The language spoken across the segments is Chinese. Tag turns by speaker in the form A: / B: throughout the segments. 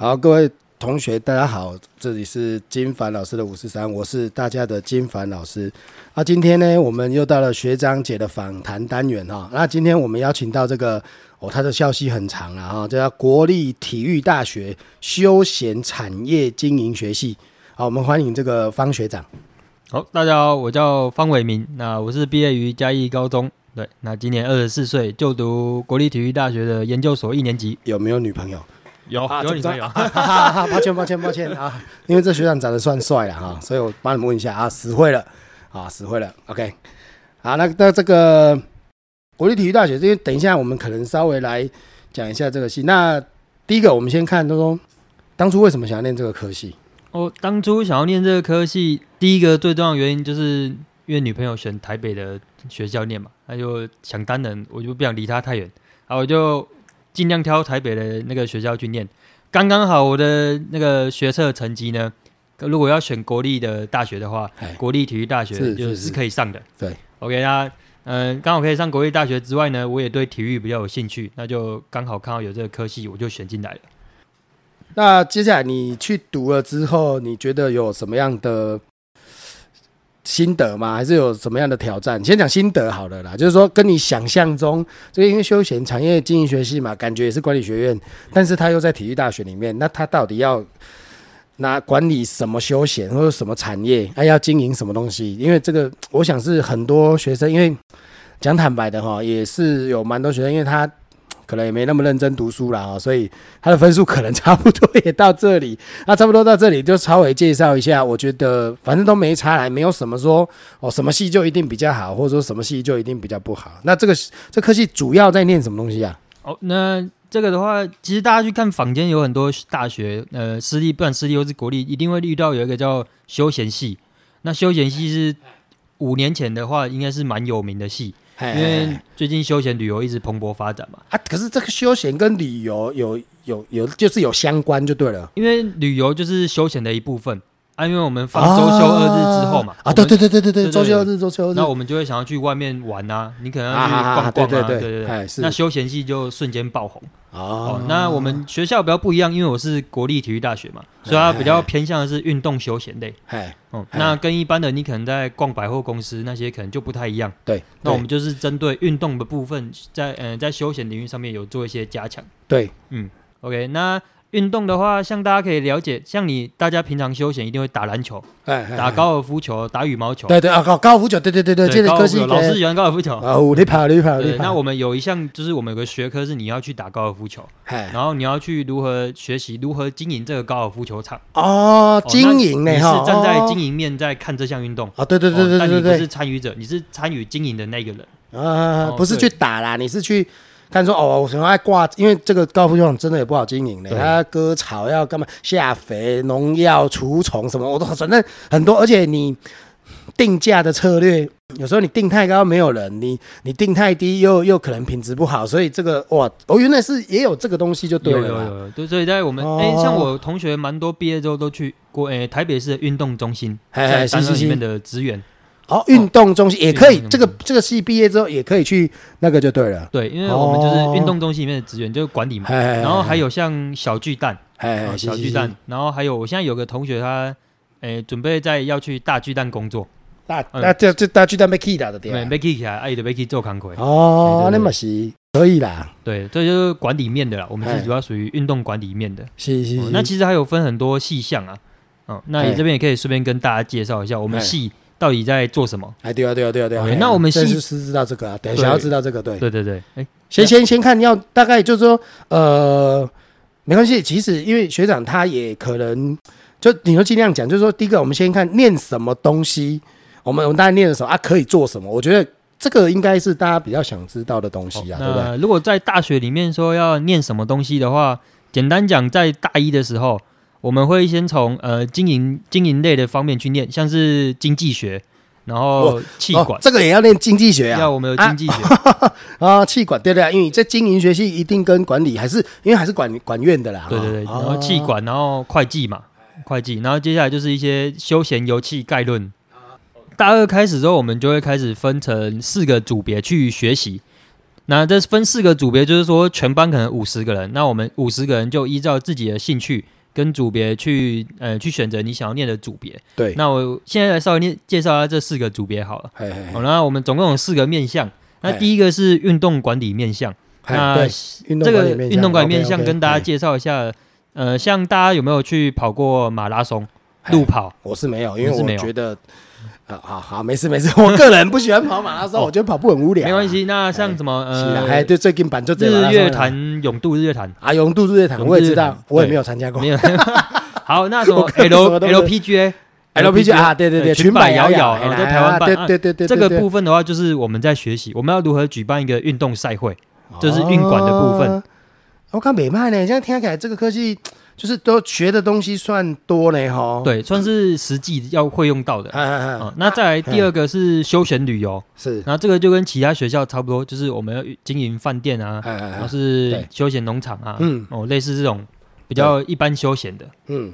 A: 好，各位同学大家好，这里是金凡老师的543，我是大家的金凡老师。今天呢，我们又到了学长姐的访谈单元哈。那今天我们邀请到这个他的消息很长了哈，这叫国立体育大学休闲产业经营学系。好，我们欢迎这个方学长。
B: 好，大家好，我叫方伟明，那我是毕业于嘉义高中，对，那今年24岁，就读国立体育大学的研究所1年级。
A: 有没有女朋友？
B: 有女朋友。
A: 抱歉啊，因为这学长长得算帅了哈，所以我帮你们问一下啊，死会了 ，OK， 好，那这个国立体育大学，因为等一下我们可能稍微来讲一下这个系。那第一个，我们先看说，当初为什么想要念这个科系？
B: 当初想要念这个科系，第一个最重要的原因就是因为女朋友选台北的学校念嘛，那就想当然，我就不想离她太远，然后我就尽量挑台北的那个学校去念。刚刚好我的那个学测成绩呢，如果要选国立的大学的话，国立体育大学就是可以上的。
A: 对
B: ，OK， 那刚好可以上国立大学之外呢，我也对体育比较有兴趣，那就刚好看到有这个科系，我就选进来了。
A: 那接下来你去读了之后，你觉得有什么样的心得吗？还是有什么样的挑战？先讲心得好了啦，就是说跟你想象中，这个因为休闲产业经营学系嘛，感觉也是管理学院，但是他又在体育大学里面，那他到底要拿管理什么休闲或者什么产业，要经营什么东西？因为这个，我想是很多学生，因为讲坦白的哈，也是有蛮多学生，因为他可能也没那么认真读书啦，所以他的分数可能差不多也到这里。那差不多到这里就稍微介绍一下，我觉得反正都没差来，没有什么说什么系就一定比较好，或者说什么系就一定比较不好。那这科系主要在念什么东西啊？
B: 那这个的话，其实大家去看坊间有很多大学，私立不管私立或是国立，一定会遇到有一个叫休闲系。那休闲系是5年前的话，应该是蛮有名的系。因为最近休闲旅游一直蓬勃发展嘛，
A: 可是这个休闲跟旅游有就是有相关就对了，
B: 因为旅游就是休闲的一部分因为我们放周休2日之后嘛，
A: 对，周休2日，
B: 那我们就会想要去外面玩啊，你可能要去逛逛对，那休闲系就瞬间爆红那我们学校比较不一样，因为我是国立体育大学嘛，所以它比较偏向的是运动休闲类那跟一般的你可能在逛百货公司那些可能就不太一样。
A: 对，
B: 那我们就是针对运动的部分，在休闲领域上面有做一些加强。
A: 对
B: ，OK， 那运动的话，像大家可以了解，像大家平常休闲一定会打篮球，打高尔夫球，打羽毛球。
A: 对，高尔夫球，对，这个科系
B: 老师喜欢高尔夫球
A: 你跑。
B: 那我们有一项就是我们有个学科是你要去打高尔夫球，然后你要去如何学习如何经营这个高尔夫球场。
A: 经营呢？
B: 你是站在经营面在看这项运动
A: 对，
B: 但你不是参与者，你是参与经营的那个人
A: 不是去打啦，你是去看说我可能爱挂，因为这个高尔夫球场真的也不好经营的，它割草要干嘛，下肥、农药、除虫什么，我都反正很多，而且你定价的策略，有时候你定太高没有人，你定太低又可能品质不好，所以这个原来是也有这个东西就对了。
B: 有，所以在我们像我同学蛮多毕业之后都去过台北市的运动中心，在担任里面的职员。
A: 运动中心也可以，这个系毕业之后也可以去那个就对了。
B: 对，因为我们就是运动中心里面的职员，就是管理嘛。然后还有像小巨蛋，小巨蛋，然后还有我现在有个同学他，准备要去大巨蛋工作。
A: 这大巨蛋被 key 的对吧？
B: 被 key 起来，也得被 key 做工课。
A: 那么是可以啦。
B: 对，这就是管理面的啦。我们是主要属于运动管理面的。
A: 是。
B: 那其实还有分很多细项啊。那你这边也可以顺便跟大家介绍一下我们系到底在做什么？
A: 对啊。
B: 那我们系
A: 是知道这个啊，等一下要知道这个，对。先看，要大概就是说，没关系。其实因为学长他也可能，就你就尽量讲，就是说，第一个我们先看念什么东西，我们大概念的时候可以做什么？我觉得这个应该是大家比较想知道的东西啊，对不对？
B: 如果在大学里面说要念什么东西的话，简单讲，在大一的时候。我们会先从经营类的方面去念，像是经济学，然后企管，
A: 这个也要念经济学啊。
B: 要我们有经济学
A: 企管对，因为这经营学系一定跟管理还是管院的啦。
B: 对，然后企管，然后会计嘛，然后接下来就是一些休闲油气概论。大2开始之后，我们就会开始分成4个组别去学习。 那这分4个组别，就是说全班可能50个人，那我们50个人就依照自己的兴趣跟组别去选择你想要念的组别。
A: 对，
B: 那我现在来稍微介绍一下这4个组别好了。
A: 嘿嘿嘿
B: 好，那我们总共有4个面向。那第一个是运动管理面向。那这个运动管理面向跟大家介绍一下。像大家有没有去跑过马拉松、路跑？
A: 我是没有，因为我觉得。好，没事，我个人不喜欢跑马拉松，我觉得跑步很无聊。
B: 没关系，那像什么
A: 对，最近版就
B: 日月潭、泳渡日月潭
A: 啊，泳渡日月潭我也知道，我也没有参加过。
B: 没有。好，那什么 LPGA 啊，
A: 对，
B: 裙摆摇摇，
A: 在
B: 台湾办。
A: 对，
B: 这个部分的话，就是我们在学习，我们要如何举办一个运动赛会，就是运管的部分。
A: 我看美派呢，这样听起来这个科技。就是都学的东西算多呢齁，
B: 对，算是实际要会用到的。那再来第二个是休闲旅游，
A: 是，
B: 然后这个就跟其他学校差不多，就是我们要经营饭店啊，然后是休闲农场啊，类似这种比较一般休闲的。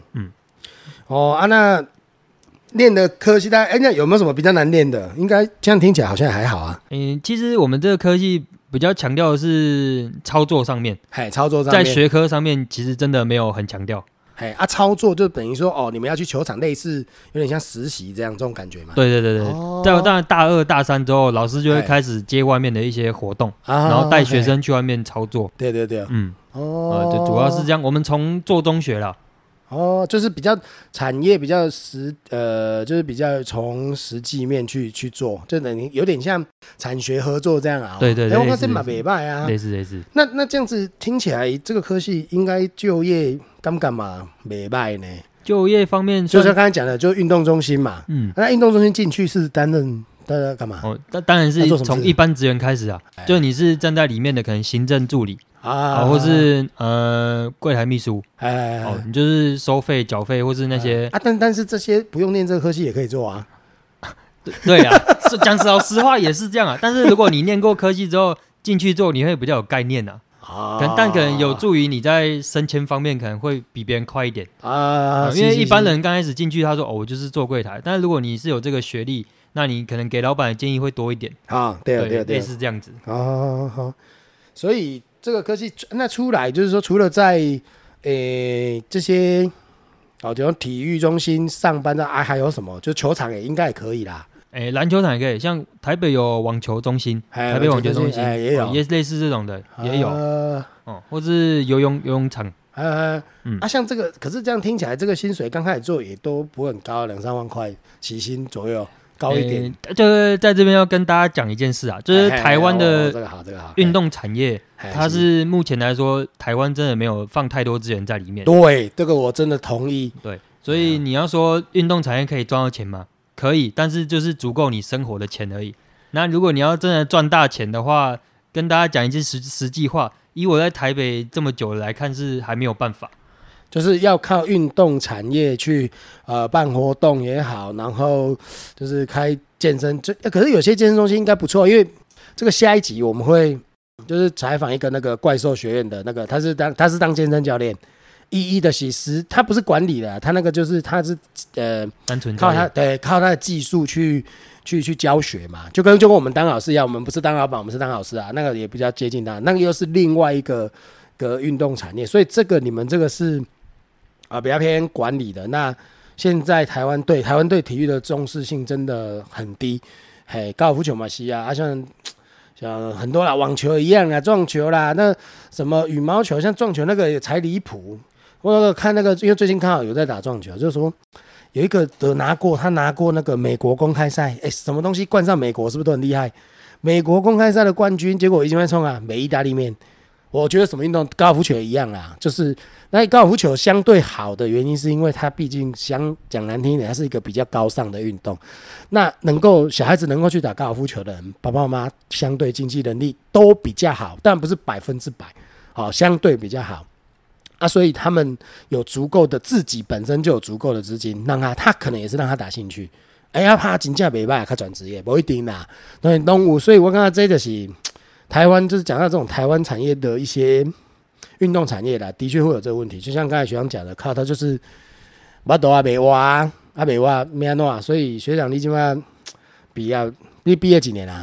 A: 那练的科系，那有没有什么比较难练的？应该这样听起来好像还好啊。
B: 其实我们这个科系比较强调的是操作上面，在学科上面其实真的没有很强调。
A: 操作就等于说你们要去球场，类似有点像实习这样这种感觉嘛。
B: 对。当然大2、大3之后，老师就会开始接外面的一些活动，然后带学生去外面操作。
A: 对。就
B: 主要是这样。我们从做中学啦。
A: 就是比较产业比较就是比较从实际面去做，就等于有点像产学合作这样啊。
B: 对，
A: 我看这嘛不错啊，
B: 类似。
A: 那这样子听起来，这个科系应该就业干嘛不错呢？
B: 就业方面，
A: 就像刚才讲的，就运动中心嘛。那运动中心进去是担任干嘛？
B: 当然是从一般职员开始啊，就你是站在里面的，可能行政助理。或是柜台秘书，你就是收费、缴费，或是那些
A: 但是这些不用念这个科系也可以做啊。
B: 对啊，讲实话也是这样啊。但是如果你念过科系之后进去做，你会比较有概念啊。但可能有助于你在升迁方面可能会比别人快一点因为一般人刚开始进去，他说我就是做柜台，但是如果你是有这个学历，那你可能给老板的建议会多一点
A: 对，
B: 类似这样子。
A: 好，所以。这个科技那出来就是说，除了在这些比如体育中心上班的还有什么？就球场也应该也可以啦。
B: 篮球场也可以，像台北有网球中心，台北网球中心
A: 也有，
B: 也类似这种的也有或是游泳场。
A: 像这个，可是这样听起来，这个薪水刚开始做也都不会很高，2、3万块起薪左右。高一点，
B: 就是在这边要跟大家讲一件事啊，就是台湾的运动产业，它是目前来说，台湾真的没有放太多资源在里面。
A: 对，这个我真的同意。
B: 对，所以你要说运动产业可以赚到钱吗？可以，但是就是足够你生活的钱而已。那如果你要真的赚大钱的话，跟大家讲一句实际话，以我在台北这么久来看，是还没有办法。
A: 就是要靠运动产业去办活动也好，然后就是开健身，可是有些健身中心应该不错，因为这个下一集我们会就是采访一个那个怪兽学院的那个，他是当健身教练，的洗师，他不是管理的，他那个就是他是
B: 单纯
A: 靠他的技术去教学嘛，就跟我们当老师一样，我们不是当老板，我们是当老师啊，那个也比较接近他，那个又是另外一个运动产业，所以你们这个是。比较偏管理的。那现在台湾对体育的重视性真的很低。高尔夫球嘛是啊，像很多啦，网球一样啦，撞球啦，那什么羽毛球，像撞球那个也才离谱。我看那个，因为最近刚好有在打撞球，就是说有一个他拿过那个美国公开赛，什么东西冠上美国是不是都很厉害？美国公开赛的冠军，结果已经在冲啊，美意大利面。我觉得什么运动，高尔夫球也一样啦，就是那高尔夫球相对好的原因，是因为它毕竟讲难听一点，它是一个比较高尚的运动。那小孩子能够去打高尔夫球的人，爸爸妈妈相对经济能力都比较好，但不是100%，相对比较好啊，所以他们有足够的自己本身就有足够的资金，让他可能也是让他打兴趣。怕真正没办法他转职业，不一定啦，都有。所以我刚刚这就是台湾，就是讲到这种台湾产业的一些运动产业啦，的确会有这个问题。就像刚才学长讲的，靠他就是没多啊，没挖啊，没挖没安弄啊。所以学长你今晚你毕业几年啊？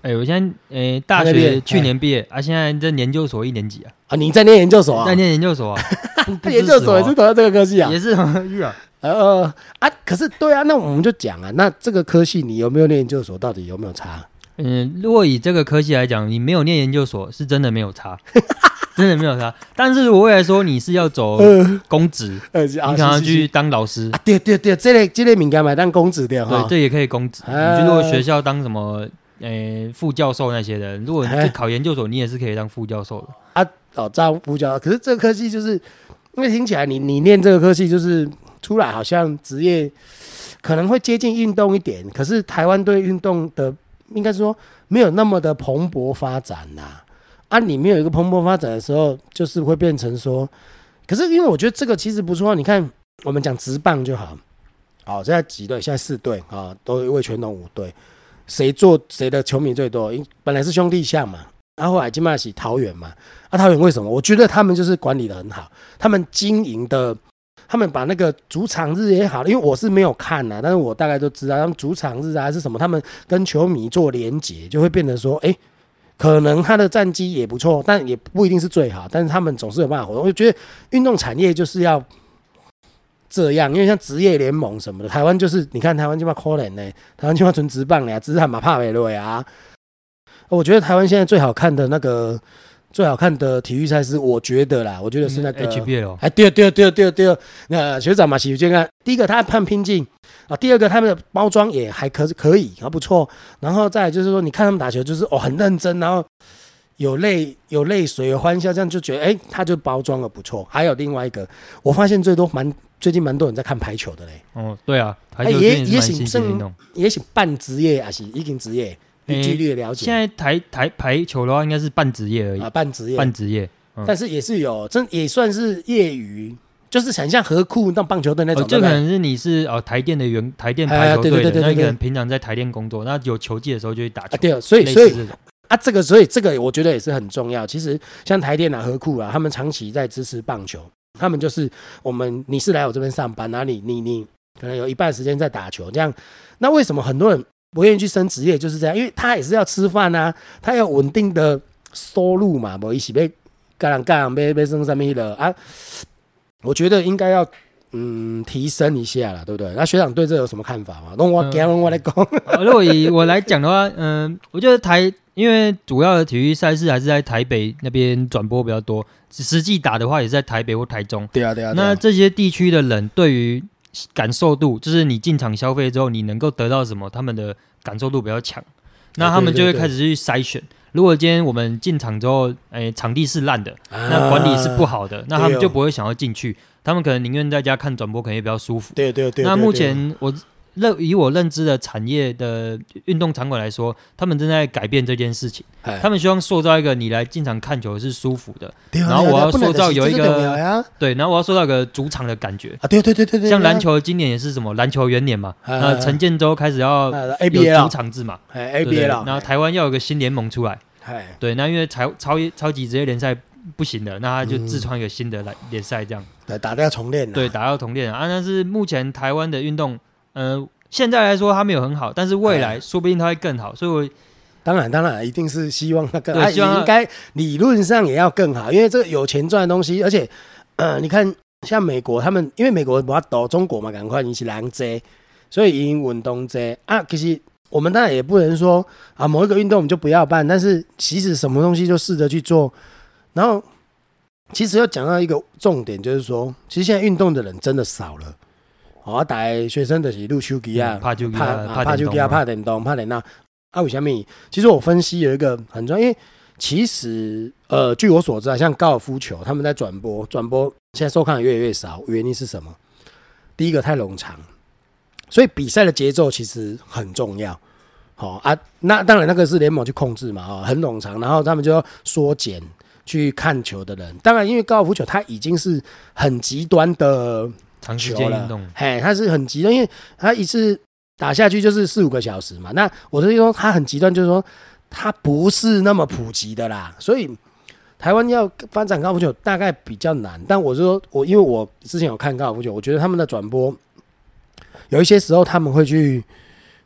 B: 我现在大学去年毕业啊，现在在研究所1年级啊。
A: 啊，你在念研究所啊？
B: 在念研究所啊，
A: 研究所也是读到这个科系啊？
B: 也是同科系啊。
A: 可是对啊，那我们就讲啊，那这个科系你有没有念研究所，到底有没有差？
B: 如果以这个科系来讲，你没有念研究所，是真的没有差。真的没有差，但是如果未来说你是要走公职，你可能要去当老师。
A: 对，这类敏感嘛，当公职的
B: 哈。对，这也可以公职。你去如果学校当什么副教授那些的，如果你考研究所，你也是可以当副教授的
A: 啊。当副教授，可是这个科系就是因为听起来你念这个科系就是出来好像职业可能会接近运动一点，可是台湾对运动的应该说没有那么的蓬勃发展呐。你没有一个蓬勃发展的时候，就是会变成说，可是因为我觉得这个其实不错，你看我们讲职棒就好，现在几队？现在4队啊，都味全龙5队，谁做谁的球迷最多？本来是兄弟象嘛，后来金马喜桃园嘛，桃园为什么？我觉得他们就是管理的很好，他们经营的，他们把那个主场日也好，因为我是没有看啊，但是我大概都知道，他们主场日还是什么，他们跟球迷做连结，就会变成说，可能他的战绩也不错，但也不一定是最好，但是他们总是有办法活动。我觉得运动产业就是要这样，因为像职业联盟什么的，台湾就是你看台湾就怕可怜呢，台湾就怕纯职棒呢，职场嘛怕没落啊。我觉得台湾现在最好看的体育赛事，我觉得是那个
B: HBL。
A: 对，那学长嘛，喜欢看。第一个他很拼劲啊，第二个他们的包装也还可以，还不错。然后再来就是说，你看他们打球就是很认真，然后有泪水有欢笑，这样就觉得他就包装的不错。还有另外一个，我发现最近蛮多人在看排球的嘞。
B: 对啊，排球也是新兴运动，
A: 也是半职业还是已经职业？你剧烈了解？
B: 现在台排球的话，应该是半职业而已
A: 半职业。但是也是有，也算是业余，就是很像河库那棒球队那种。
B: 就可能是你是台电排球队的，那你可能平常在台电工作，那有球季的时候就会打球。
A: 对，所以这个我觉得也是很重要。其实像台电河库他们长期在支持棒球，他们就是你是来我这边上班，然后你可能有一半时间在打球，这样。那为什么很多人不愿意去升职业就是这样？因为他也是要吃饭啊，他要稳定的收入嘛，不一起被干被升上面了啊。我觉得应该要提升一下啦，对不对？那学长对这有什么看法吗？我来讲。
B: 如果以我来讲的话，我觉得因为主要的体育赛事还是在台北那边转播比较多，实际打的话也是在台北或台中。
A: 对啊。
B: 那这些地区的人对于感受度，就是你进场消费之后，你能够得到什么，他们的感受度比较强，那他们就会开始去筛选。如果今天我们进场之后，场地是烂的，那管理是不好的，那他们就不会想要进去，他们可能宁愿在家看转播，可能也比较舒服。
A: 对。
B: 那目前以我认知的产业的运动场馆来说，他们正在改变这件事情。他们希望塑造一个你来进场看球是舒服的，然后我要塑造有一个对，然后我要塑造一个主场的感觉啊。对，像篮球今年也是什么篮球元年嘛，陈建州开始要有主场制嘛，ABL，然后台湾要有个新联盟出来，对，那因为超级职业联赛不行的，那他就自创一个新的联赛，这样
A: 打掉重练，
B: 对，打掉重练啊。但是目前台湾的运动，现在来说它没有很好，但是未来说不定它会更好，所以我
A: 当然一定是希望它更好，应该理论上也要更好，因为这个有钱赚的东西，而且你看像美国他们，因为美国不要斗中国嘛，赶快引起人多，所以因运动多啊。其实我们当然也不能说某一个运动我们就不要办，但是其实什么东西就试着去做。然后其实要讲到一个重点，就是说其实现在运动的人真的少了。大家学生就是录手机
B: 拍手机
A: 拍电动拍电脑为什么？其实我分析有一个很重要，因为其实据我所知像高尔夫球他们在转播现在收看越来越少，原因是什么？第一个太冗长，所以比赛的节奏其实很重要。那当然那个是联盟去控制嘛，很冗长，然后他们就要缩减去看球的人。当然因为高尔夫球它已经是很极端的
B: 长时间运动，
A: 它是很极端，因为它一次打下去就是4-5个小时嘛。那我是说它很极端，就是说它不是那么普及的啦，所以台湾要发展高尔夫球大概比较难。但我说因为我之前有看高尔夫球，我觉得他们的转播有一些时候他们会去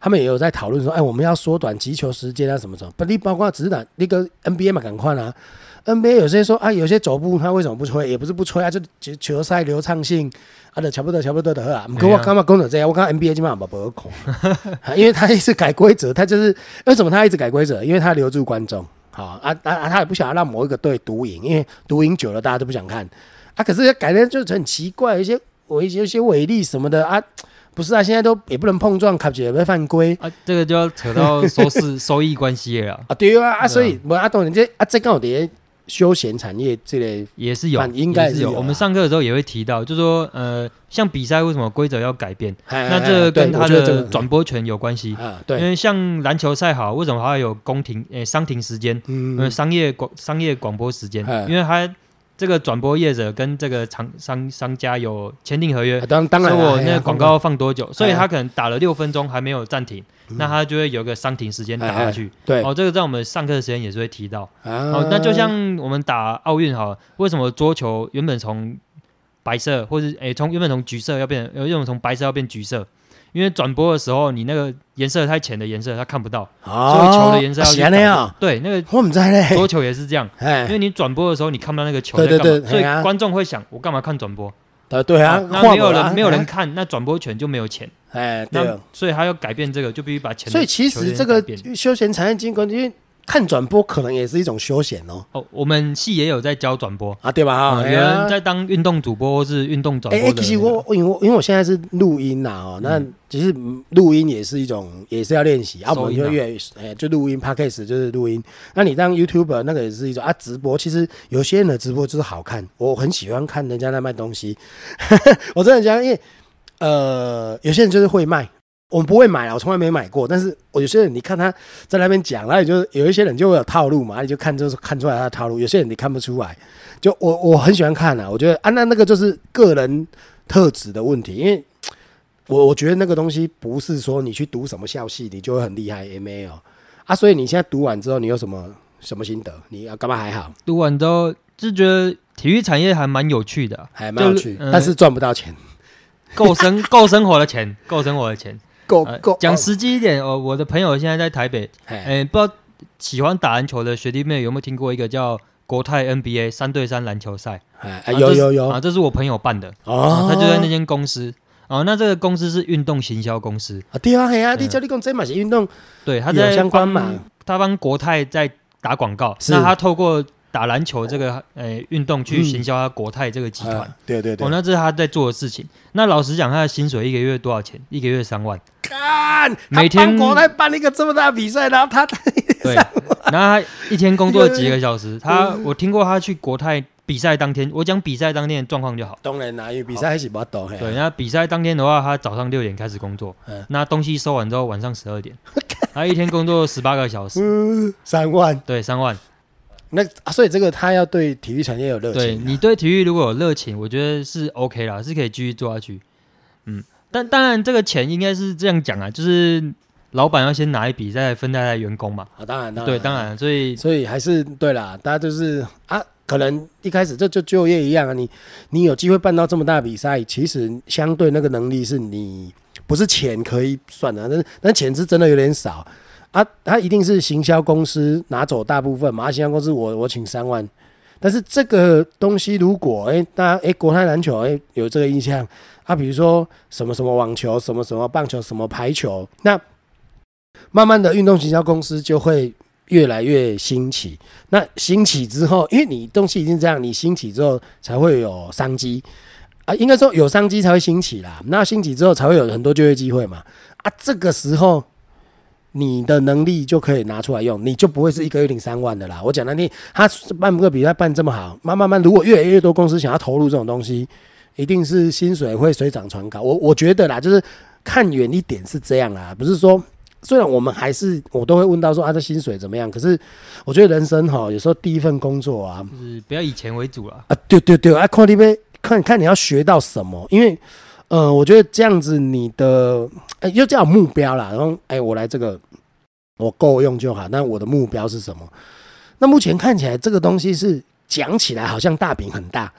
A: 他们也有在讨论说，我们要缩短击球时间啊，什么什么。不，你包括只是那个 NBA 嘛，赶快啊。NBA 有些说有些走步他为什么不吹？也不是不吹啊，就球赛流畅性就差不多的好啊。不过我刚刚讲到这样，我看 NBA 基本上没看，因为他一直改规则，他就是为什么他一直改规则？因为他留住观众。好他也不想要让某一个队独赢，因为独赢久了大家都不想看可是改的就很奇怪，有些违例什么的不是现在都也不能碰撞，卡起来被犯规
B: 这个就要扯到收益关系了
A: 对所以当然这刚好在休闲产业这类
B: 也是有，
A: 应该是有。
B: 我们上课的时候也会提到，就是说像比赛为什么规则要改变，那这跟它的转播权有关系对，因为像篮球赛好，为什么还有商停时间，商业广播时间，因为它这个转播业者跟这个商家有签订合约，
A: 当然
B: 说我那个广告放多久，所以他可能打了6分钟还没有暂停，那他就会有个商停时间打下去。
A: 对，
B: 这个在我们上课的时间也是会提到。那就像我们打奥运好了，为什么桌球原本从白色，或是原本从橘色要变，从白色要变橘色？因为转播的时候，你那个颜色太浅的颜色，他看不到，所以球的颜色要去对，那个
A: 我不知道咧，
B: 桌球也是这样，因为你转播的时候你看不到那个球在干嘛，所以观众会想，我干嘛看转播？
A: 对
B: 那没有人看，那转播权就没有钱，
A: 对，
B: 所以他要改变这个，就必须把钱。
A: 所以其实这个休闲产业经过，因为看转播可能也是一种休闲
B: 我们系也有在教转播
A: 对吧？
B: 有人在当运动主播或是运动转播的。
A: 其实因为我现在是录音那其实录音也是一种，也是要练习我们就录音 podcast 就是录音。那你当 YouTuber 那个也是一种直播，其实有些人的直播就是好看，我很喜欢看人家在卖东西。我真的讲，因为有些人就是会卖。我们不会买我从来没买过。但是有些人你看他在那边讲，然后就有一些人就会有套路嘛，你就看出来他的套路。有些人你看不出来，就我很喜欢看我觉得那个就是个人特质的问题，因为我觉得那个东西不是说你去读什么校系你就会很厉害，也没有所以你现在读完之后，你有什么心得？你干嘛还好？
B: 读完之后就觉得体育产业还蛮有趣的，
A: 还蛮有趣，但是赚不到钱，
B: 够生活的钱，够生活的钱。讲实际一点我的朋友现在在台北，不知道喜欢打篮球的学弟妹有没有听过一个叫国泰 NBA 3对3篮球赛？
A: 有
B: 这是我朋友办的他就在那间公司那这个公司是运动行销公司
A: 对你叫你讲这嘛是运动，
B: 对，他在
A: 相关嘛，
B: 他帮国泰在打广告，那他透过打篮球这个运动去行销他国泰这个集团，
A: 对
B: 那这是他在做的事情。那老实讲，他的薪水一个月多少钱？一个月3万。每天
A: 他帮国泰办一个这么大的比赛，然后他
B: 对，然后他一天工作几个小时。我听过他去国泰比赛当天，我讲比赛当天的状况就好。
A: 当然啦，因为比赛还是不要抖。
B: 对，那比赛当天的话，他早上6点开始工作，那东西收完之后晚上12点，他一天工作18个小时
A: ，3万。
B: 对，3万。
A: 那所以这个他要对体育产业有热情。
B: 对，你对体育如果有热情，我觉得是 OK 啦，是可以继续做下去。但当然这个钱应该是这样讲就是老板要先拿一笔再分在员工嘛。
A: 当然。
B: 对，当然，所
A: 以还是对啦，大家就是可能一开始就就业一样你有机会办到这么大的比赛，其实相对那个能力是你不是钱可以算的，但钱是真的有点少。他一定是行销公司拿走大部分嘛，行销公司我请3万，但是这个东西如果大家国泰篮球有这个印象比如说什么什么网球，什么什么棒球，什么排球，那慢慢的运动行销公司就会越来越兴起。那兴起之后，因为你东西已经这样，你兴起之后才会有商机应该说有商机才会兴起啦。那兴起之后才会有很多就业机会嘛这个时候你的能力就可以拿出来用，你就不会是一个月领3万的啦。我讲难听，他办个比赛办这么好，慢慢如果越来越多公司想要投入这种东西，一定是薪水会水涨船高。我觉得啦，就是看远一点是这样啦，不是说虽然我们我都会问到说这薪水怎么样，可是我觉得人生有时候第一份工作
B: 就是不要以钱为主啦
A: 对看你要学到什么，因为我觉得这样子你的就这样有目标啦，然后我来这个我够用就好，那我的目标是什么？那目前看起来这个东西是讲起来好像大饼很大，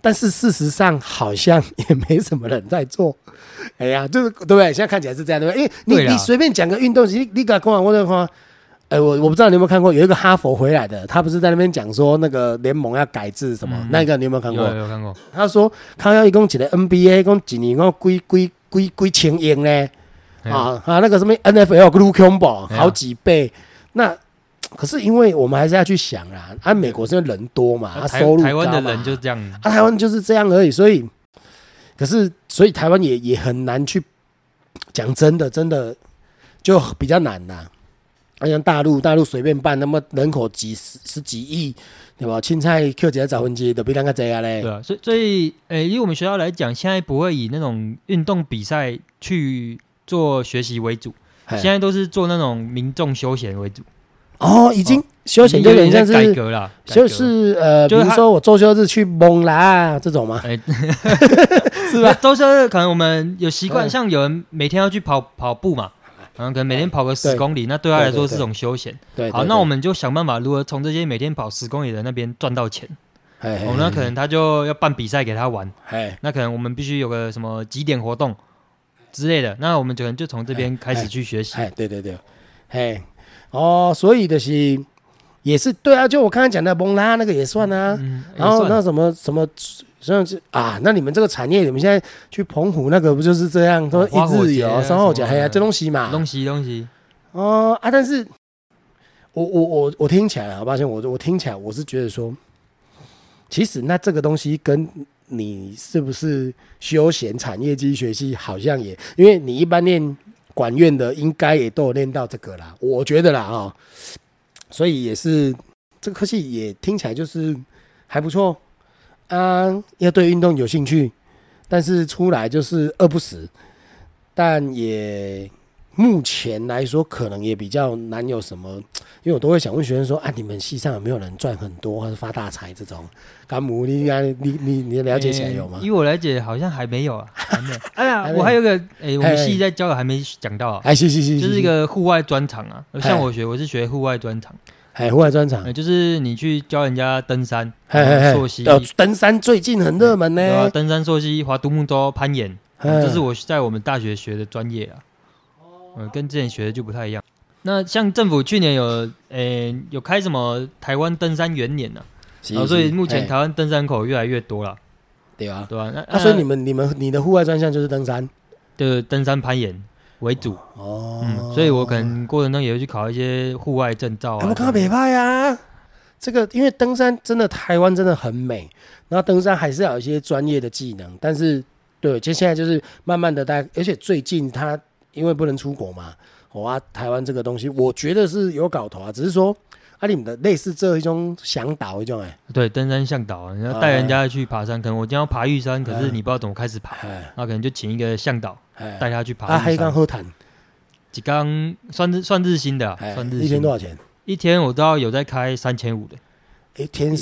A: 但是事实上好像也没什么人在做。哎呀，就是对不对？现在看起来是这样，对不对？因为你随便讲个运动，你敢看我就看。我不知道你有没有看过，有一个哈佛回来的，他不是在那边讲说那个联盟要改制什么，那个你有没有看过？
B: 有看过。
A: 他说，他要一共一个 NBA， 共一年共几千亿呢？那个什么 NFL 更恐怖，好几倍。那可是因为我们还是要去想啦，美国是因为人多嘛，收入高嘛，
B: 台湾的人就这样，
A: 台湾就是这样而已，所以台湾也很难去讲真的就比较难啦。像大陆随便办，那么人口十几亿，对吧？青菜扣几个10分之都比咱个多啊嘞。
B: 对啊，所以以我们学校来讲，现在不会以那种运动比赛去做学习为主，现在都是做那种民众休闲为主。
A: 已经休闲就有点像是
B: 改革啦，
A: 就是比如说我周休日去蒙啦这种嘛，
B: 是吧？周休日可能我们有习惯，像有人每天要去跑步嘛。可能每天跑个10公里，那对他来说是种休闲。好，那我们就想办法如何从这些每天跑10公里的那边赚到钱。那可能他就要办比赛给他玩。那可能我们必须有个什么几点活动之类的，那我们可能就从这边开始去学习。
A: 对，所以就是也是对啊，就我刚才讲的蒙拉那个也算啊。然后那什么像是那你们这个产业，你们现在去澎湖那个不就是这样，都一日游、三号节，这东西嘛，
B: 东西
A: 但是我听起来，好抱歉，我听起来我是觉得说，其实那这个东西跟你是不是休闲产业机学系好像也，因为你一般念管院的，应该也都有练到这个啦，我觉得啦所以也是这个科系也听起来就是还不错。要对运动有兴趣，但是出来就是饿不死，但也目前来说可能也比较难有什么，因为我都会想问学生说你们系上有没有人赚很多或者发大财这种？甘姆，你了解起来有吗？
B: 以我了解好像还没有啊，还没有。哎呀，我还有个我们系在教的还没讲到啊，就是一个户外专场啊，像我是学户外专场。
A: 户外专场，
B: 就是你去教人家登山、溯溪。
A: 登山最近很热门呢。
B: 对啊，登山、溯溪、划独木舟、攀岩，这是我在我们大学学的专业啊。跟之前学的就不太一样。那像政府去年有开什么台湾登山元年啊，所以目前台湾登山口越来越多了。
A: 对啊，
B: 对吧？
A: 所以你的户外专项就是登山，
B: 对，登山攀岩为主所以我可能过程中也会去考一些户外证照啊。
A: 我看北派啊，这个因为登山真的台湾真的很美，然后登山还是要有一些专业的技能，但是对，就现在就是慢慢的而且最近他因为不能出国嘛，台湾这个东西我觉得是有搞头啊，只是说你们的类似这一种向导一种
B: 对，登山向导啊，你要带人家去爬山，可能我今天要爬玉山，可是你不知道怎么开始爬，那可能就请一个向导带他去爬玉山。
A: 还有一刚喝谈，
B: 一刚算日薪的啊，算日薪。
A: 一天多少钱？
B: 一天我知道有在开3500的，
A: 一天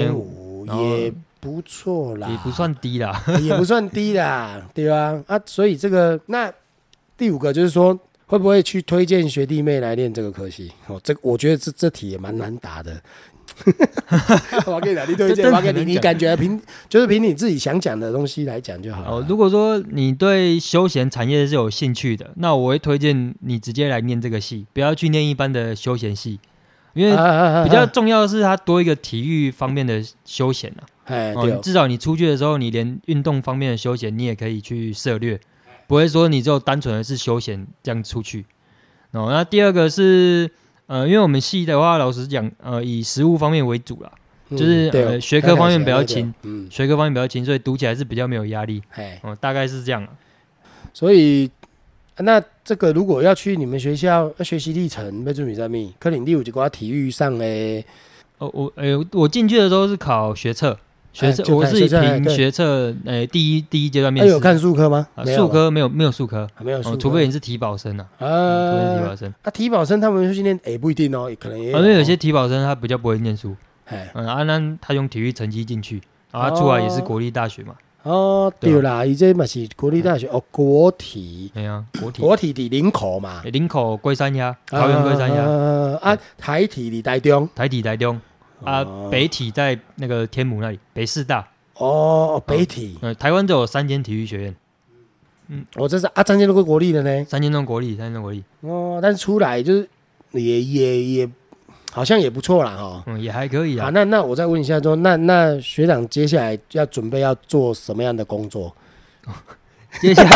A: 3500也不错啦，
B: 也不算低啦，
A: 也不算低啦，对吧？所以这个那第5个就是说，会不会去推荐学弟妹来练这个科系？我觉得这题也蛮难答的。我跟你讲，你推荐，我给你感觉凭你自己想讲的东西来讲就好了。
B: 如果说你对休闲产业是有兴趣的，那我会推荐你直接来念这个系，不要去念一般的休闲系，因为比较重要的是它多一个体育方面的休闲至少你出去的时候，你连运动方面的休闲你也可以去涉略，不会说你只有单纯的是休闲这样出去。那第2个是因为我们系的话，老实讲，以实务方面为主啦，就是学科方面比较轻，学科方面比较轻，所以读起来是比较没有压力，大概是这样。
A: 所以那这个如果要去你们学校学习历程，要准备什么？可能你有一个体育上的。
B: 我进去的时候是考学测。我是凭学测第一阶段面试。
A: 有看术科吗？
B: 术科没有术科，
A: 没有术科，
B: 除非你是体保生除非是体保生。
A: 体保生他们训练不一定可能也有。
B: 因为有些体保生他比较不会念书，那他用体育成绩进去，他出来也是国立大学嘛。
A: 对啦，这嘛是国立大学国体。国体在林口嘛，
B: 林口龟山鸭，桃园龟山鸭。
A: 台体在台中。
B: 北体在那个天母那里，北师大。
A: 哦，北体，
B: 台湾只有3间体育学院，
A: 我这是啊，张建都是国立的呢。
B: 3间都国立，3间都国立。
A: 哦，但是出来就是也好像也不错啦哈。
B: 也还可以啊。
A: 好，那我再问一下说，那学长接下来要准备要做什么样的工作？
B: 接下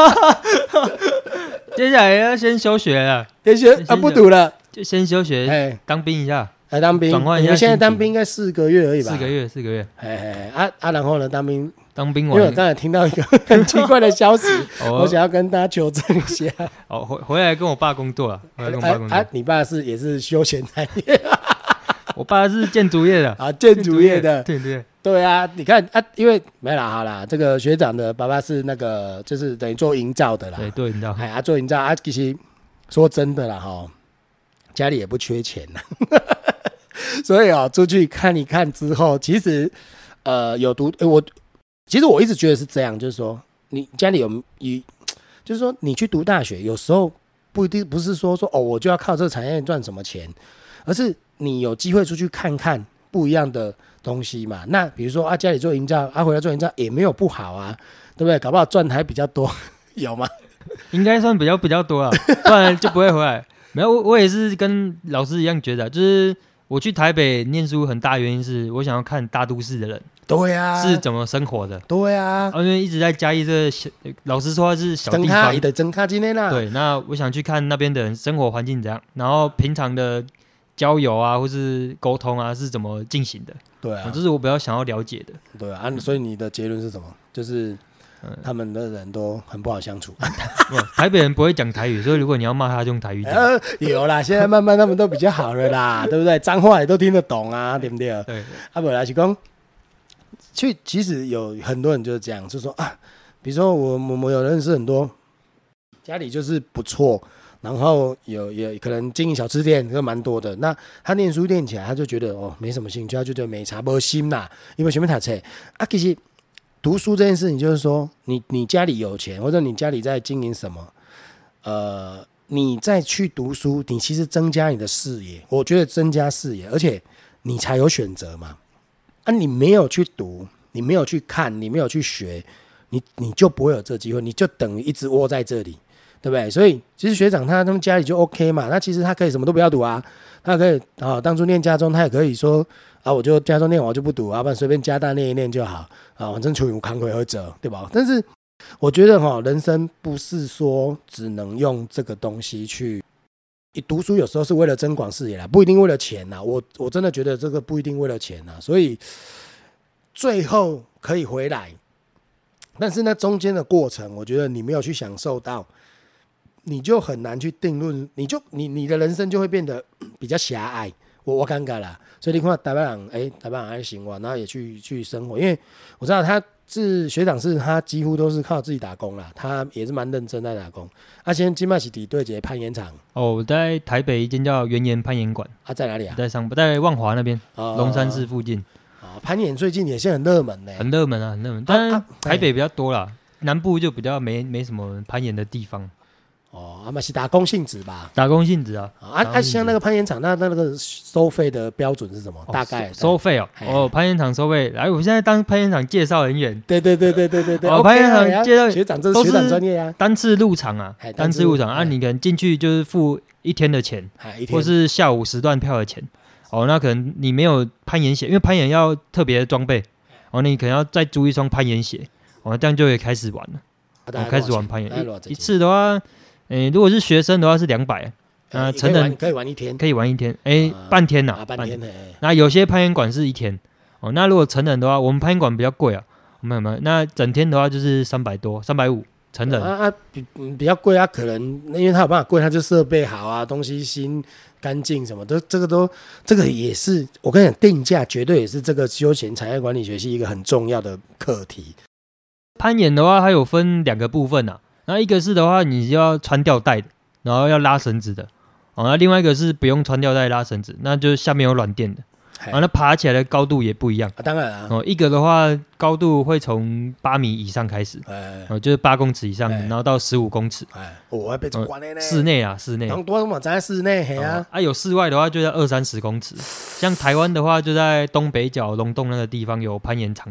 B: 来要先休学了，
A: 不读了，
B: 就先休学，当兵一下。
A: 来当兵，
B: 转换一下。
A: 你们现在当兵应该4个月而已吧
B: ？4个月。
A: 然后呢，当兵
B: 完，
A: 因为我刚才听到一个很奇怪的消息，我想要跟大家求证一下。
B: 回来跟我爸工作了。
A: 你爸也是休闲产业？
B: 我爸是建筑业的
A: 啊，建筑业的，
B: 对
A: 啊，你看啊，因为没啦，好啦，这个学长的爸爸是那个，就是等于做营造的啦，
B: 对，做营造，
A: 做营造啊，其实说真的啦，家里也不缺钱啦，所以出去看一看之后，其实有读，其实我一直觉得是这样，就是说你家里就是说你去读大学，有时候不一定不是说我就要靠这个产业赚什么钱，而是你有机会出去看看不一样的东西嘛。那比如说家里做营造，回来做营造也没有不好啊，对不对？搞不好赚还比较多，有吗？
B: 应该算比较多啊，不然就不会回来。没有，我也是跟老师一样觉得，就是我去台北念书很大原因是我想要看大都市的人，
A: 对啊，
B: 是怎么生活的，
A: 对啊，
B: 因为一直在嘉义这老实说是小地方，
A: 真卡今天啦，
B: 对，那我想去看那边的人生活环境怎样，然后平常的交友啊，或是沟通啊是怎么进行的，
A: 对啊，
B: 这是我比较想要了解的，
A: 对啊，所以你的结论是什么？就是他们的人都很不好相处。
B: 台北人不会讲台语，所以如果你要骂他，就用台语讲。
A: 有啦，现在慢慢他们都比较好了啦，对不对？脏话也都听得懂啊，对不对？
B: 对。
A: 不然是讲，其实有很多人就是这样，就说比如说我有认识很多家里就是不错，然后也可能经营小吃店，就蛮多的。那他念书念起来，他就觉得没什么兴趣，他就觉得没啥没心啦，因为前面读册其实。读书这件事情，就是说，你家里有钱，或者你家里在经营什么，你再去读书，你其实增加你的视野。我觉得增加视野，而且你才有选择嘛。你没有去读，你没有去看，你没有去学，你就不会有这个机会，你就等于一直窝在这里，对不对？所以其实学长他们家里就 OK 嘛，那其实他可以什么都不要读啊，他可以当初念家中，他也可以说。我就家中念完我就不读不然随便加大念一念就好反正处于康回合者，对吧？但是我觉得人生不是说只能用这个东西去，你读书有时候是为了增广视野啦，不一定为了钱啦。我真的觉得这个不一定为了钱啦，所以最后可以回来，但是那中间的过程，我觉得你没有去享受到，你就很难去定论，你的人生就会变得比较狭隘。我感觉啦，所以你看台湾人，台湾人还行哇，然后也去生活，因为我知道他是学长，他几乎都是靠自己打工啦，他也是蛮认真在打工。现在现在是在对一个攀岩场
B: 我在台北一间叫原岩攀岩馆
A: 在哪里啊？
B: 在万华那边，龙山寺附近。
A: 攀岩最近也是很热门的，
B: 很热门啊，很热门。但是台北比较多啦，南部就比较没什么攀岩的地方。
A: 是打工性质吧？
B: 打工性质啊。
A: 像那个攀岩场，那个收费的标准是什么？大概
B: 收费攀岩场收费。我现在当攀岩场介绍人员。
A: 对。
B: 攀岩场介绍
A: 学长，这是学长专业啊。
B: 单次入场啊，单次入场你可能进去就是付1天的钱，或是下午时段票的钱。那可能你没有攀岩鞋，因为攀岩要特别的装备。你可能要再租一双攀岩鞋。这样就可以开始玩了。开始玩攀岩，一次的话。如果是学生的话是200，成人
A: 可以玩一天，
B: 半天呐，
A: 半天。
B: 那有些攀岩馆是1天，那如果成人的话，我们攀岩馆比较贵啊，没有，那整天的话就是300多，350成人。
A: 比较贵可能因为他有办法贵，他就设备好啊，东西新干净什么的，这个也是我跟你讲，定价绝对也是这个休闲产业管理学系一个很重要的课题。
B: 攀岩的话，它有分2个部分啊。那一个是的话，你要穿吊带的，然后要拉绳子的，那另外一个是不用穿吊带拉绳子，那就是下面有软垫的，那爬起来的高度也不一样。
A: 当然啊，
B: 一个的话高度会从8米以上开始，就是8公尺以上，然后到15公尺。
A: 我还被关了呢。
B: 室内啊，室内。
A: 多嘛在室内
B: 有室外的话就在20-30公尺，像台湾的话就在东北角龙洞那个地方有攀岩场地。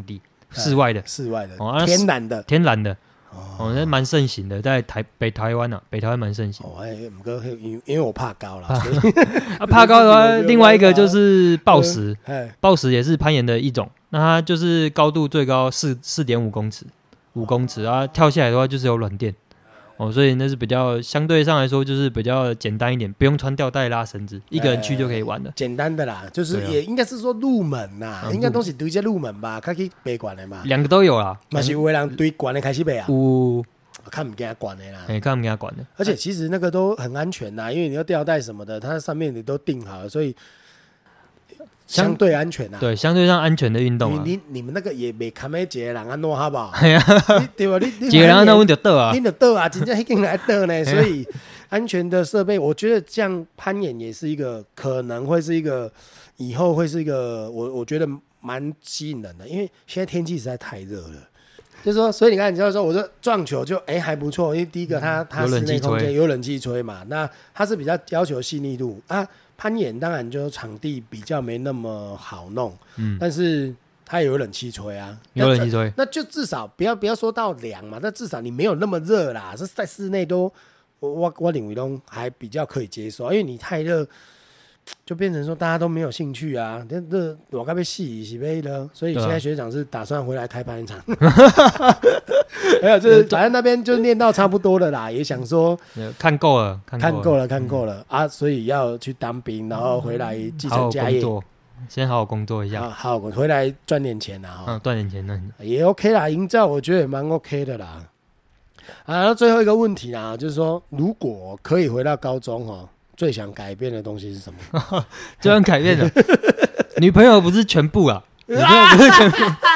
B: 室外的，
A: 室外的，
B: 天然的，那蛮盛行的，在北台湾蛮盛行。
A: 不过因为我怕高啦，
B: 怕高的话，另外一个就是抱石，抱石也是攀岩的一种，那它就是高度最高4.5公尺，5公尺，然后跳下来的话就是有软垫。所以那是比较相对上来说就是比较简单一点，不用穿吊带拉绳子，一个人去就可以玩的，
A: 简单的啦，就是也应该是说入门啦，应该都是对这入门吧，开去背管的嘛，
B: 两个都有啦，
A: 嘛是有的人对管的开始背啊，看不见管的啦，
B: 看不见管的，
A: 而且其实那个都很安全啦，因为你要吊带什么的，它上面你都定好了，所以相对安全啊，
B: 对，相对上安全的运动啊。
A: 你们那个也没看每一个人安怎好不好？对吧？你
B: 一个人安怎就倒啊，
A: 你就倒啊，真正迄个来倒呢。所以安全的设备，我觉得这样攀岩也是一个可能会是一个以后会是一个我觉得蛮吸引人的，因为现在天气实在太热了。就是说，所以你看，你知道说，我这撞球就还不错，因为第一个它室内空间有冷气吹嘛，那它是比较要求细腻度啊。攀岩当然就场地比较没那么好弄，但是它也有冷气吹啊，
B: 有冷气吹，
A: 那就至少不要说到凉嘛，那至少你没有那么热啦，是在室内都我认为都还比较可以接受，因为你太热就变成说大家都没有兴趣啊，这我该被戏是被了，所以现在学长是打算回来开攀岩场，没有，就是反正那边就练到差不多了啦，也想说
B: 看够了
A: 啊，所以要去当兵，然后回来继承家业，
B: 先好好工作一下，
A: 好回来赚点钱啊，
B: 赚点钱呢
A: 也 OK 啦，营造我觉得也蛮 OK 的啦。然后最后一个问题啦，就是说如果可以回到高中最想改变的东西是什么？
B: 最想改变的女朋友不是全部啊，女朋友不是全部，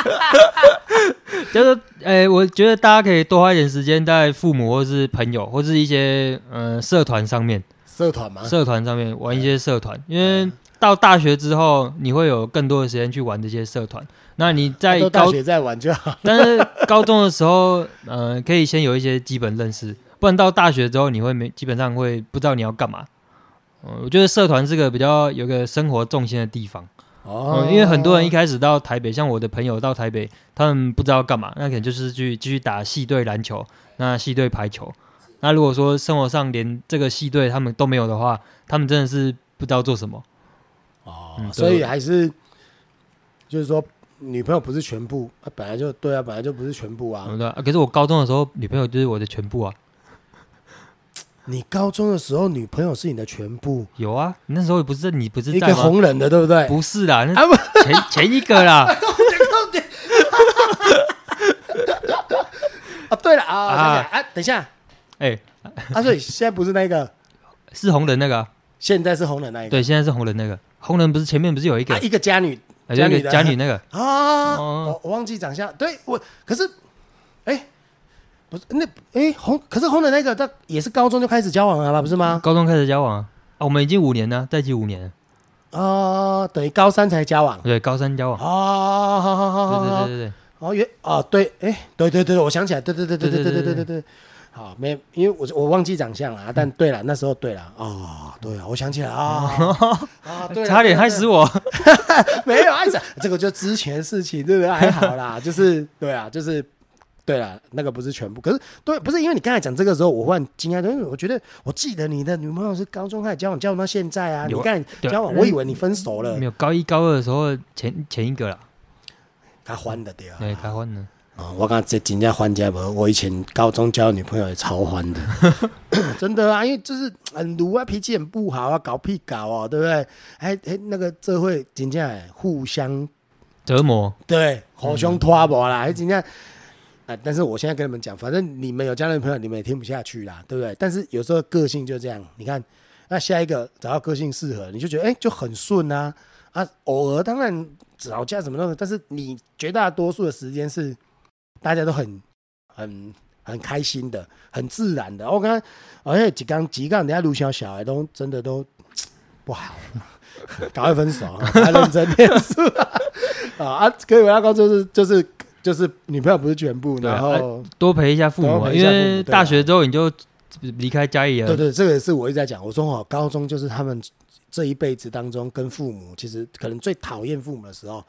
B: 就是我觉得大家可以多花一点时间在父母或是朋友或是一些社团上面，
A: 社团吗？
B: 社团上面玩一些社团，因为到大学之后你会有更多的时间去玩这些社团。那你在
A: 大学再玩就好，
B: 但是高中的时候可以先有一些基本认识，不然到大学之后你会基本上会不知道你要干嘛。我觉得社团是个比较有个生活重心的地方，因为很多人一开始到台北，像我的朋友到台北，他们不知道干嘛，那可能就是继续打系队篮球，那系队排球。那如果说生活上连这个系队他们都没有的话，他们真的是不知道做什么。
A: 所以还是就是说，女朋友不是全部，本来就对啊，本来就不是全部啊。
B: 对啊，可是我高中的时候，女朋友就是我的全部啊。
A: 你高中的时候，女朋友是你的全部？
B: 有啊，那时候你不是在
A: 一个红人的，对不对？
B: 不是啦，那前一个啦。
A: 对了等一下，所以现在不是那个，
B: 是红人那个，
A: 现在是红人那一个。
B: 对，现在是红人那个，红人不是前面不是有一个
A: 一个家女，
B: 家女那个
A: 我忘记长相，对我可是不是可是红的那个，他也是高中就开始交往了吧？不是吗？
B: 高中开始交往啊，我们已经5年了，在一起5年了。
A: 等于高3才交往。
B: 对，高3交往。
A: 好，对，对，我想起来，对，好，没，因为我忘记长相了，但对了，那时候对了，对啊，我想起来对，
B: 差点害死我。
A: 没有害死，这个就之前事情，对不对？还好啦，就是对啊，就是。对了，那个不是全部，可是对，不是因为你刚才讲这个时候，我忽然惊讶，因为我觉得我记得你的女朋友是高中开始交往到现在啊，你刚才交往，我以为你分手了。
B: 没有，高1、高2的时候前一个啦，
A: 他欢的对啊，
B: 对，他欢的。
A: 我刚才真正欢起来无，我以前高中交女朋友也超欢的，真的啊，因为就是很鲁啊，脾气很不好啊，搞屁搞对不对？那个这会真正互相
B: 折磨，
A: 对，互相拖磨啦，真正。但是我现在跟你们讲，反正你们有交男朋友，你们也听不下去啦，对不对？但是有时候个性就这样，你看，那下一个找到个性适合，你就觉得就很顺啊，偶尔当然吵架什么的，但是你绝大多数的时间是大家都很开心的，很自然的。我刚刚而且几个人等下录小孩都真的都不好，赶快分手，赶快认真念书可以回到高中就是女朋友不是全部，然后
B: 多陪一下父母，因为大学之后你就离开家里了。
A: 对，这个也是我一直在讲。我说高中就是他们这一辈子当中跟父母，其实可能最讨厌父母的时候，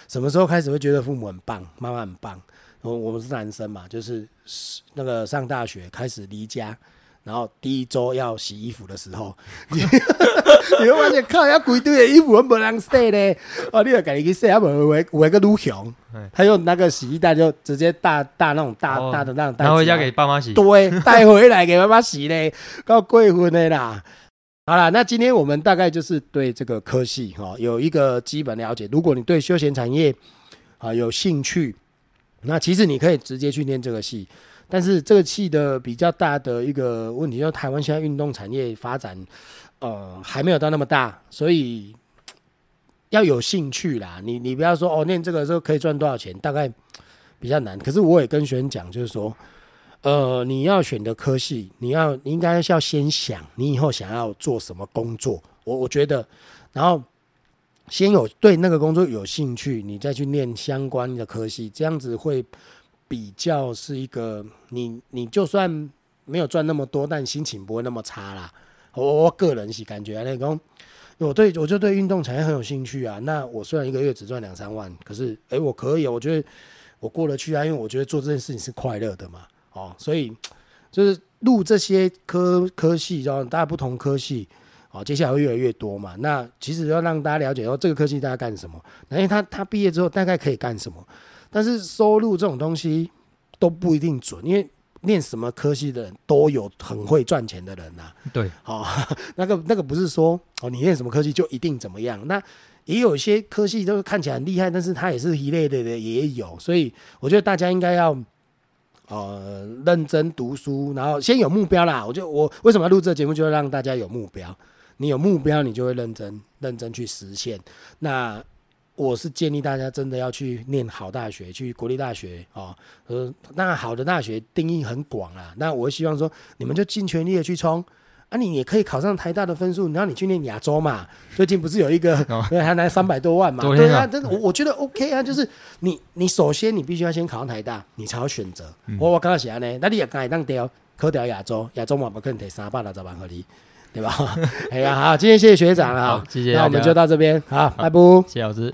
A: 什么时候开始会觉得父母很棒，妈妈很棒？我们是男生嘛，就是那个上大学开始离家，然后第一周要洗衣服的时候，你会发现靠，要规堆的衣服都没人洗呢。哦，你就自己去洗，啊，有一个女熊，他用那个洗衣袋就直接大那种大的那种袋子，
B: 拿回家给爸妈洗。
A: 对，带回来给妈妈洗嘞，够过分的啦。好啦，那今天我们大概就是对这个科系有一个基本了解。如果你对休闲产业有兴趣，那其实你可以直接去念这个系。但是这个系的比较大的一个问题，就是台湾现在运动产业发展，还没有到那么大，所以要有兴趣啦。你不要说念这个时候可以赚多少钱，大概比较难。可是我也跟学生讲，就是说，你要选的科系，你应该是要先想你以后想要做什么工作。我觉得，然后先有对那个工作有兴趣，你再去念相关的科系，这样子会比较是一个你就算没有赚那么多，但心情不会那么差啦。我个人是感觉那种，我就对运动产业很有兴趣啊。那我虽然一个月只赚2-3万，可是我可以，我觉得我过得去啊，因为我觉得做这件事情是快乐的嘛。所以就是入这些科系，然后大家不同科系。接下来会越来越多嘛。那其实要让大家了解这个科技大家干什么，因为他毕业之后大概可以干什么，但是收入这种东西都不一定准，因为念什么科系的人都有很会赚钱的人啊。
B: 对，
A: 那个不是说你念什么科系就一定怎么样，那也有一些科系都看起来很厉害，但是他也是一类的也有，所以我觉得大家应该要认真读书，然后先有目标啦。我为什么要录这个节目，就会让大家有目标。你有目标，你就会认真去实现。那我是建议大家真的要去念好大学，去国立大学那好的大学定义很广啦。那我希望说，你们就尽全力的去冲啊！你也可以考上台大的分数，然后你去念亚洲嘛。最近不是有一个还拿300多万嘛？对啊，我觉得 OK 啊。就是你首先你必须要先考上台大，你才有选择。我刚刚写呢，那你也刚才当掉考掉亚洲嘛，不可能提360万给你。对吧？哎呀，好，今天谢谢学长了，
B: 好，谢谢大家，
A: 那我们就到这边，好，拜拜。
B: 谢谢老师。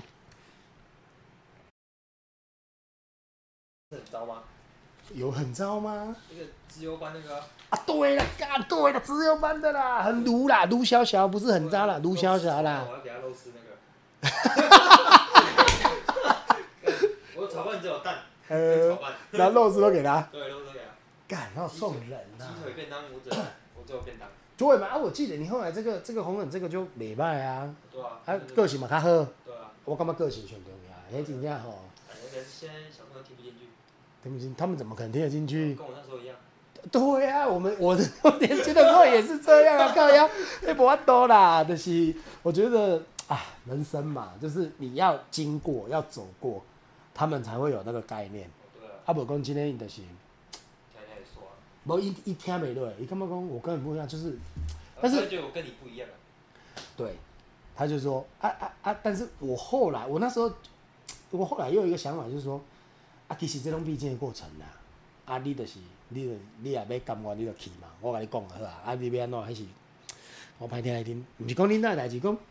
A: 很糟吗？有很糟吗？
B: 那个资优班那个
A: 对了，资优班的啦，很卢啦，卢小小不是很糟啦，卢小小啦。
B: 我要给他肉吃那个。我炒饭只有蛋，炒饭。
A: 然后肉丝都给他。
B: 对，肉丝都给他。
A: 干，然后送人啊。
B: 鸡腿便当，我只有便当。
A: 对嘛？我记得你后来这个红人这个就袂歹啊。
B: 对啊。
A: 个性嘛较好。
B: 对啊。
A: 我感觉个性上重要，迄真正吼。
B: 那个现在小朋友听不进去。
A: 听不进，他们怎么可能听得进去？
B: 跟我那时候一样。
A: 对啊，我年轻的时候也是这样啊，靠腰，没办法啦，就是我觉得人生嘛，就是你要经过，要走过，他们才会有那个概念。
B: 对啊。
A: 无讲今天就是。无伊听袂落，伊感觉讲我跟你不一样，就是，但是
B: 他觉得我跟你不一样啊。
A: 对，他就说但是我那时候，我后来又有一个想法，就是说其实这种必经的过程啦，你就是你也要甘愿，你就去嘛，我跟你讲就好啊，你要安怎还是我歹听来听，不是讲恁那代志，讲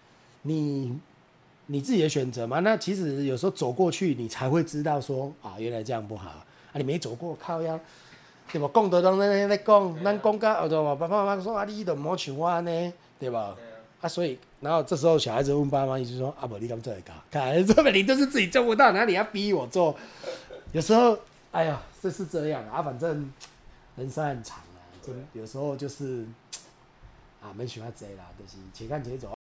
A: 你自己的选择嘛。那其实有时候走过去，你才会知道说原来这样不好你没走过靠腰。对吧？讲到当咱咧讲，咱讲到对吧？爸爸妈妈说你都唔好像我安尼，对吧？所以然后这时候小孩子问爸妈，意思说无你敢做会到？看，这本你就是自己做不到，哪里要逼我做？有时候，哎呀，这是这样反正人生很长真有时候就是蛮喜欢这啦，就是且看且走